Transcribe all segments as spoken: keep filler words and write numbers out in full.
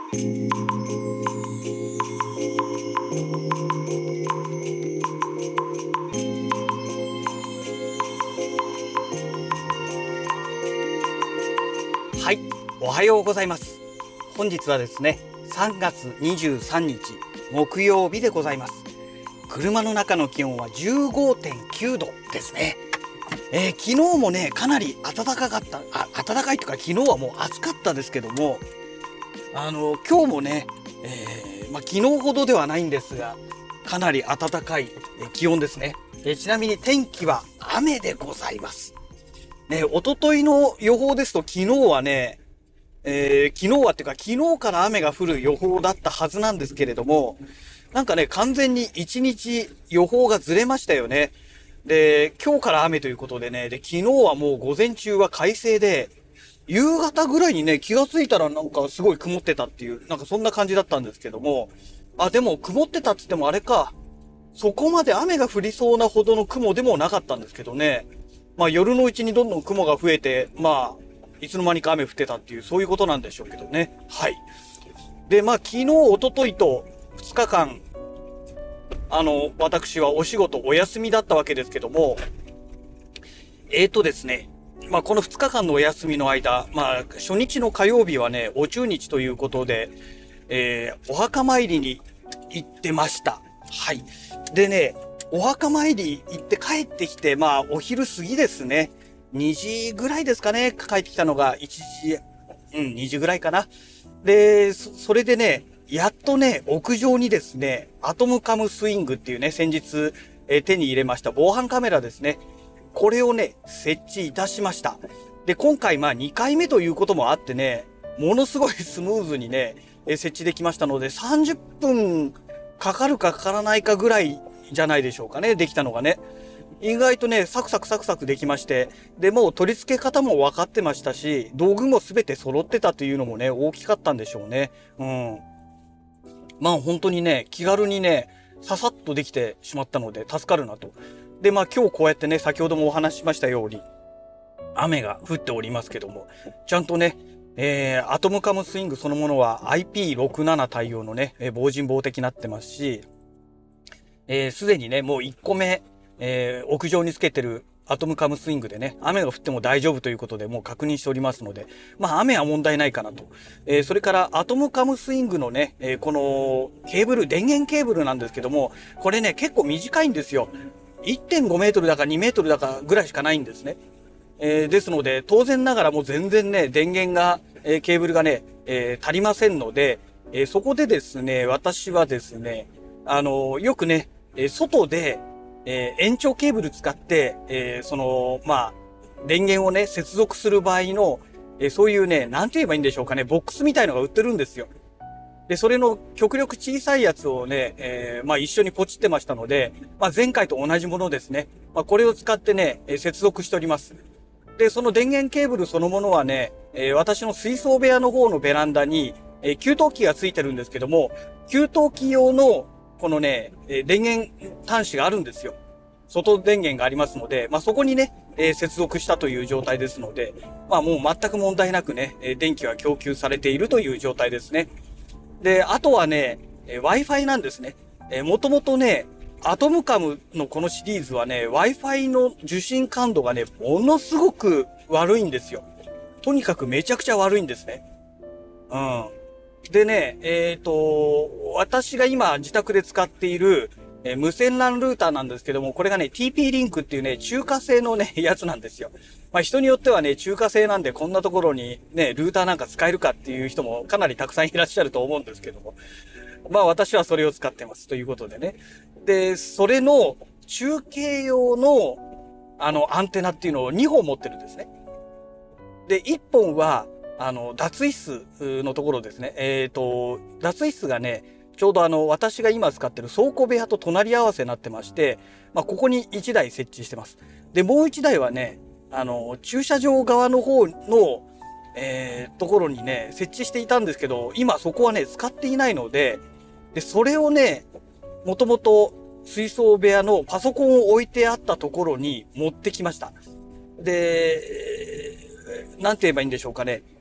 はい、おはようございます。本日はですね、さんがつにじゅうさんにち木曜日でございます。車の中の気温は じゅうごてんきゅうどですね。えー、昨日もね、かなり暖かかった、あ、暖かいというか昨日はもう暑かったですけども、あの、今日もね、えー、まあ、昨日ほどではないんですが、かなり暖かい気温ですね。えー、ちなみに天気は雨でございます。ね、一昨日の予報ですと昨日はね、えー、昨日はっていうか昨日から雨が降る予報だったはずなんですけれども、なんかね、完全に一日予報がずれましたよね。で、今日から雨ということでね、で、昨日はもう午前中は快晴で、夕方ぐらいにね、気がついたらなんかすごい曇ってたっていう、なんかそんな感じだったんですけども、あ、でも曇ってたって言ってもあれか、そこまで雨が降りそうなほどの雲でもなかったんですけどね。まあ夜のうちにどんどん雲が増えて、まあ、いつの間にか雨降ってたっていう、そういうことなんでしょうけどね。はい。で、まあ昨日、一昨日とふつかかん、あの、私はお仕事お休みだったわけですけども、えーとですね、まあこのふつかかんのお休みの間、まあ初日の火曜日はね、お中日ということで、えー、お墓参りに行ってました。はい。でね、お墓参り行って帰ってきて、まあお昼過ぎですね。にじぐらいですかね、帰ってきたのがいちじ、うん、にじぐらいかな。で、そ、それでね、やっとね、屋上にですね、アトムカムスイングっていうね、先日、えー手に入れました防犯カメラですね。これをね、設置いたしました。で、今回まあにかいめということもあってね、ものすごいスムーズにね、えー設置できましたので、さんじゅっぷんかかるかかからないかぐらいじゃないでしょうかね、できたのがね。意外とね、サクサクサクサクできまして、で、もう取り付け方も分かってましたし、道具も全て揃ってたというのもね、大きかったんでしょうね。うん。まあ本当にね、気軽にね、ささっとできてしまったので助かるなと。で、まあ今日こうやってね、先ほどもお話ししましたように、雨が降っておりますけども、ちゃんとね、えー、アトムカムスイングそのものは アイピーろくじゅうなな 対応のね、えー防塵防滴になってますし、えー、すでにね、もういっこめ、えー、屋上につけてるアトムカムスイングでね、雨が降っても大丈夫ということでもう確認しておりますので、まあ雨は問題ないかなと。えー、それからアトムカムスイングのね、えー、このケーブル、電源ケーブルなんですけども、これね、結構短いんですよ。いってんごメートルだかにメートルだかぐらいしかないんですね。えー、ですので、当然ながらもう全然ね、電源が、えー、ケーブルがね、えー、足りませんので、えー、そこでですね、私はですね、あのーよくね、えー外で、えー延長ケーブル使って、えーその、まあ、電源をね、接続する場合の、えーそういうね、なんて言えばいいんでしょうかね、ボックスみたいのが売ってるんですよ。で、それの極力小さいやつをね、えーまあ一緒にポチってましたので、まあ前回と同じものですね。まあこれを使ってね、えー接続しております。で、その電源ケーブルそのものはね、えー私の水槽部屋の方のベランダに、えー給湯器がついてるんですけども、給湯器用の、このね、えー電源端子があるんですよ。外電源がありますので、まあ、そこにね、えー接続したという状態ですので、まあ、もう全く問題なくね、えー電気は供給されているという状態ですね。で、あとはね、えー Wi-Fi なんですね。えー、もともとね、アトムカムのこのシリーズはね、Wi-Fi の受信感度がね、ものすごく悪いんですよ。とにかくめちゃくちゃ悪いんですね。うん。でね、えっと、私が今自宅で使っている、えー無線 ラン ルーターなんですけども、これがね、ティーピー リンクっていうね、中華製のね、やつなんですよ。まあ人によってはね、中華製なんでこんなところにね、ルーターなんか使えるかっていう人もかなりたくさんいらっしゃると思うんですけども。まあ私はそれを使ってますということでね。で、それの中継用のあのアンテナっていうのをにほん持ってるんですね。で、いっぽんは、あの、脱衣室のところですね。えっと、脱衣室がね、ちょうどあの、私が今使ってる倉庫部屋と隣り合わせになってまして、まあ、ここにいちだい設置してます。で、もういちだいはね、あの、駐車場側の方の、えー、ところにね、設置していたんですけど、今そこはね、使っていないので、で、それをね、もともと水槽部屋のパソコンを置いてあったところに持ってきました。で、なんて言えばいいんでしょうかね。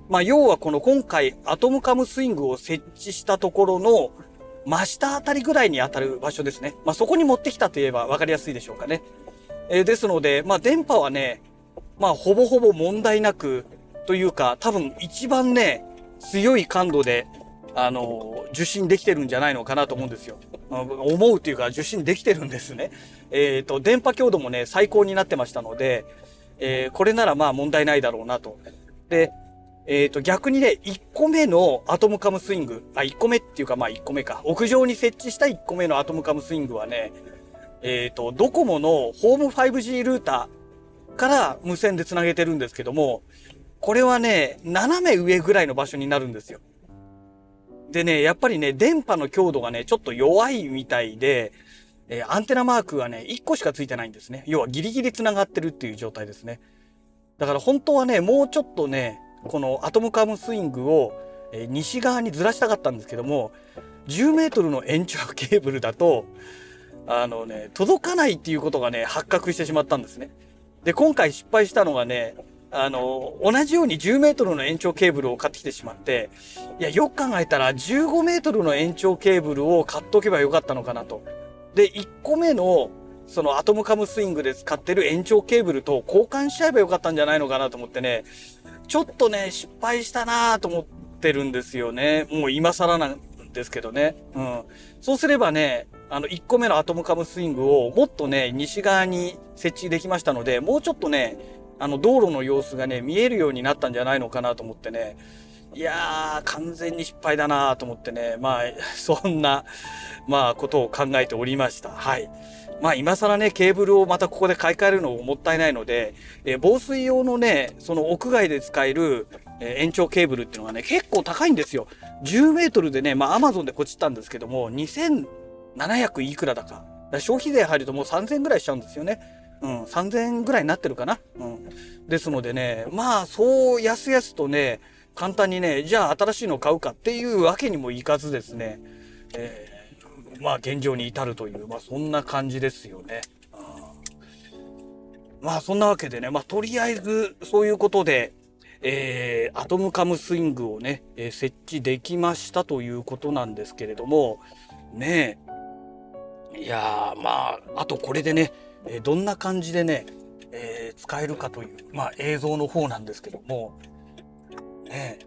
まあ要はこの今回アトムカムスイングを設置したところの真下あたりぐらいに当たる場所ですね。まあそこに持ってきたと言えば分かりやすいでしょうかね。えー、ですので、まあ電波はね、まあほぼほぼ問題なくというか、多分一番ね、強い感度で、あのー、受信できてるんじゃないのかなと思うんですよ。思うというか受信できてるんですね。えっと、電波強度もね、最高になってましたので、えー、これならまあ問題ないだろうなと。で、えっと、逆にね、いっこめのアトムカムスイング、あ、いっこめっていうかまあいっこめか。屋上に設置したいっこめのアトムカムスイングはね、えっと、ドコモのホーム ファイブジー ルーターから無線でつなげてるんですけども、これはね、斜め上ぐらいの場所になるんですよ。でね、やっぱりね、電波の強度がね、ちょっと弱いみたいで、えー、アンテナマークがね、いっこしかついてないんですね。要はギリギリ繋がってるっていう状態ですね。だから本当はね、もうちょっとね、このアトムカムスイングを、えー、西側にずらしたかったんですけども、じゅうメートルの延長ケーブルだと、あのね、届かないっていうことがね、発覚してしまったんですね。で、今回失敗したのがね、あの、同じようにじゅうメートルの延長ケーブルを買ってきてしまって、いや、よく考えたらじゅうごメートルの延長ケーブルを買っとけばよかったのかなと。で、いっこめの、そのアトムカムスイングで使ってる延長ケーブルと交換しちゃえばよかったんじゃないのかなと思ってね、ちょっとね、失敗したなと思ってるんですよね。もう今更なんですけどね。うん。そうすればね、あの、いっこめのアトムカムスイングをもっとね、西側に設置できましたので、もうちょっとね、あの、道路の様子がね、見えるようになったんじゃないのかなと思ってね。いやー、完全に失敗だなと思ってね。まあ、そんな、まあ、ことを考えておりました。はい。まあ、今更ね、ケーブルをまたここで買い替えるのももったいないので、えー、防水用のね、その屋外で使える、えー、延長ケーブルっていうのがね、結構高いんですよ。じゅうメートルでね、まあ、アマゾンでこちったんですけども、にせんななひゃくいくらだか。だから消費税入るともうさんぜんぐらいしちゃうんですよね。うん、さんぜんぐらいになってるかな。うん。ですのでね、まあ、そうやすやすとね、簡単にね、じゃあ新しいのを買うかっていうわけにもいかずですね、えー、まあ現状に至るという、まあそんな感じですよね。うん、まあそんなわけでね、まあとりあえずそういうことで、えー、アトムカムスイングをね、えー、設置できましたということなんですけれども、ねえ、いやー、まあ、あとこれでね、えー、どんな感じでね、えー、使えるかという、まあ、映像の方なんですけども、ね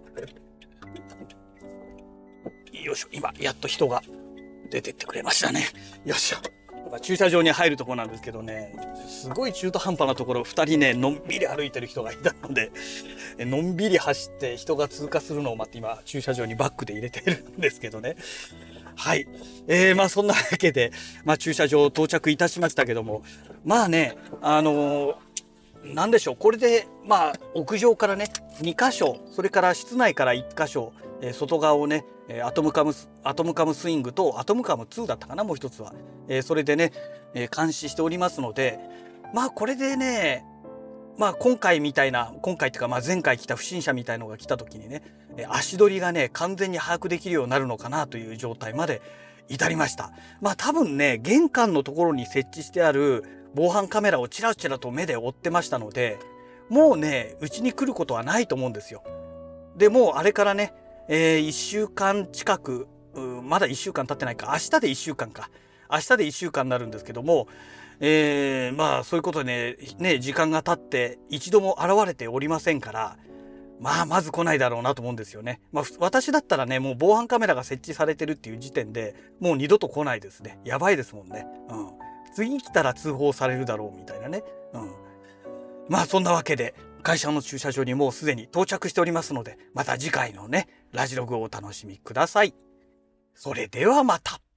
え、よいしょ、今、やっと人が出てってくれましたね。よいしょ。まあ、駐車場に入るところなんですけどね、すごい中途半端なところ、ふたりね、のんびり歩いてる人がいたので、のんびり走って人が通過するのを待って今、駐車場にバックで入れてるんですけどね。はい。えー、まあそんなわけで、まあ駐車場到着いたしましたけども、まあね、あのー、なんでしょう、これで、まあ屋上からね、にかしょ、それから室内からいっかしょ、えー、外側をね、アトムカムス、アトムカムスイングとアトムカムツーだったかな、もう一つは。えー、それでね、えー、監視しておりますので、まあこれでね、まあ今回みたいな、今回っていうかまあ前回来た不審者みたいのが来た時にね、足取りがね、完全に把握できるようになるのかなという状態まで至りました。まあ多分ね、玄関のところに設置してある防犯カメラをチラチラと目で追ってましたので、もうね、うちに来ることはないと思うんですよ。で、もうあれからね、えー、いっしゅうかん近く、まだいっしゅうかん経ってないか、明日でいっしゅうかんか。明日でいっしゅうかんになるんですけども、えー、まあそういうことでね、ね、時間が経って一度も現れておりませんから、まあまず来ないだろうなと思うんですよね。まあ私だったらね、もう防犯カメラが設置されてるっていう時点でもう二度と来ないですね。やばいですもんね。うん。次来たら通報されるだろうみたいなね。うん。まあそんなわけで会社の駐車場にもうすでに到着しておりますので、また次回のね、ラジログをお楽しみください。それではまた。